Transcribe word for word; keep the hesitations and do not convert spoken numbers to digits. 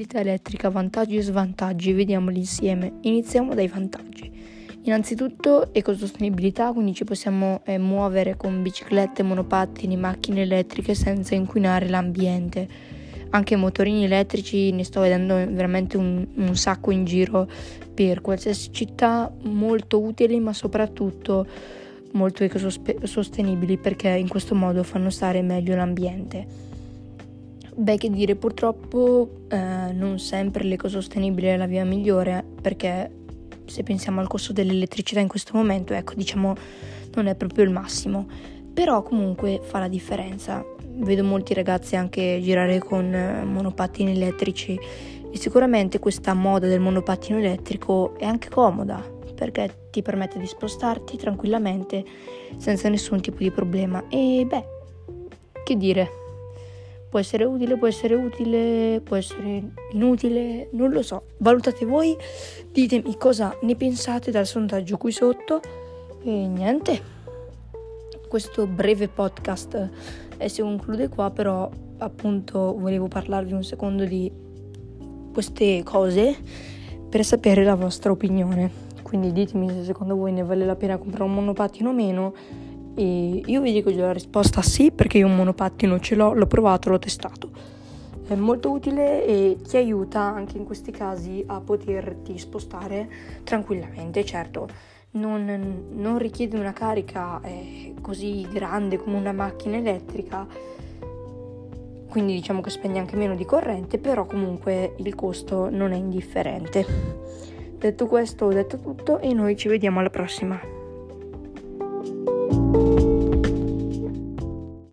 mobilità elettrica, vantaggi e svantaggi, vediamoli insieme. Iniziamo dai vantaggi. Innanzitutto ecosostenibilità, quindi ci possiamo eh, muovere con biciclette, monopattini, macchine elettriche senza inquinare l'ambiente. Anche motorini elettrici ne sto vedendo veramente un, un sacco in giro per qualsiasi città, molto utili ma soprattutto molto ecosostenibili, perché in questo modo fanno stare meglio l'ambiente. Beh, che dire, purtroppo eh, non sempre l'ecosostenibile è la via migliore, perché se pensiamo al costo dell'elettricità in questo momento, ecco, diciamo non è proprio il massimo, però comunque fa la differenza. Vedo molti ragazzi anche girare con eh, monopattini elettrici e sicuramente questa moda del monopattino elettrico è anche comoda, perché ti permette di spostarti tranquillamente senza nessun tipo di problema. E beh, che dire, può essere utile, può essere utile, può essere inutile, non lo so. Valutate voi, ditemi cosa ne pensate dal sondaggio qui sotto. E niente, questo breve podcast eh, si conclude qua, però appunto volevo parlarvi un secondo di queste cose per sapere la vostra opinione. Quindi ditemi se secondo voi ne vale la pena comprare un monopattino o meno, e io vi dico già la risposta sì, perché io un monopattino ce l'ho, l'ho provato, l'ho testato. È molto utile e ti aiuta anche in questi casi a poterti spostare tranquillamente. Certo, non, non richiede una carica eh, così grande come una macchina elettrica, quindi diciamo che spegne anche meno di corrente, però comunque il costo non è indifferente. Detto questo, ho detto tutto e noi ci vediamo alla prossima.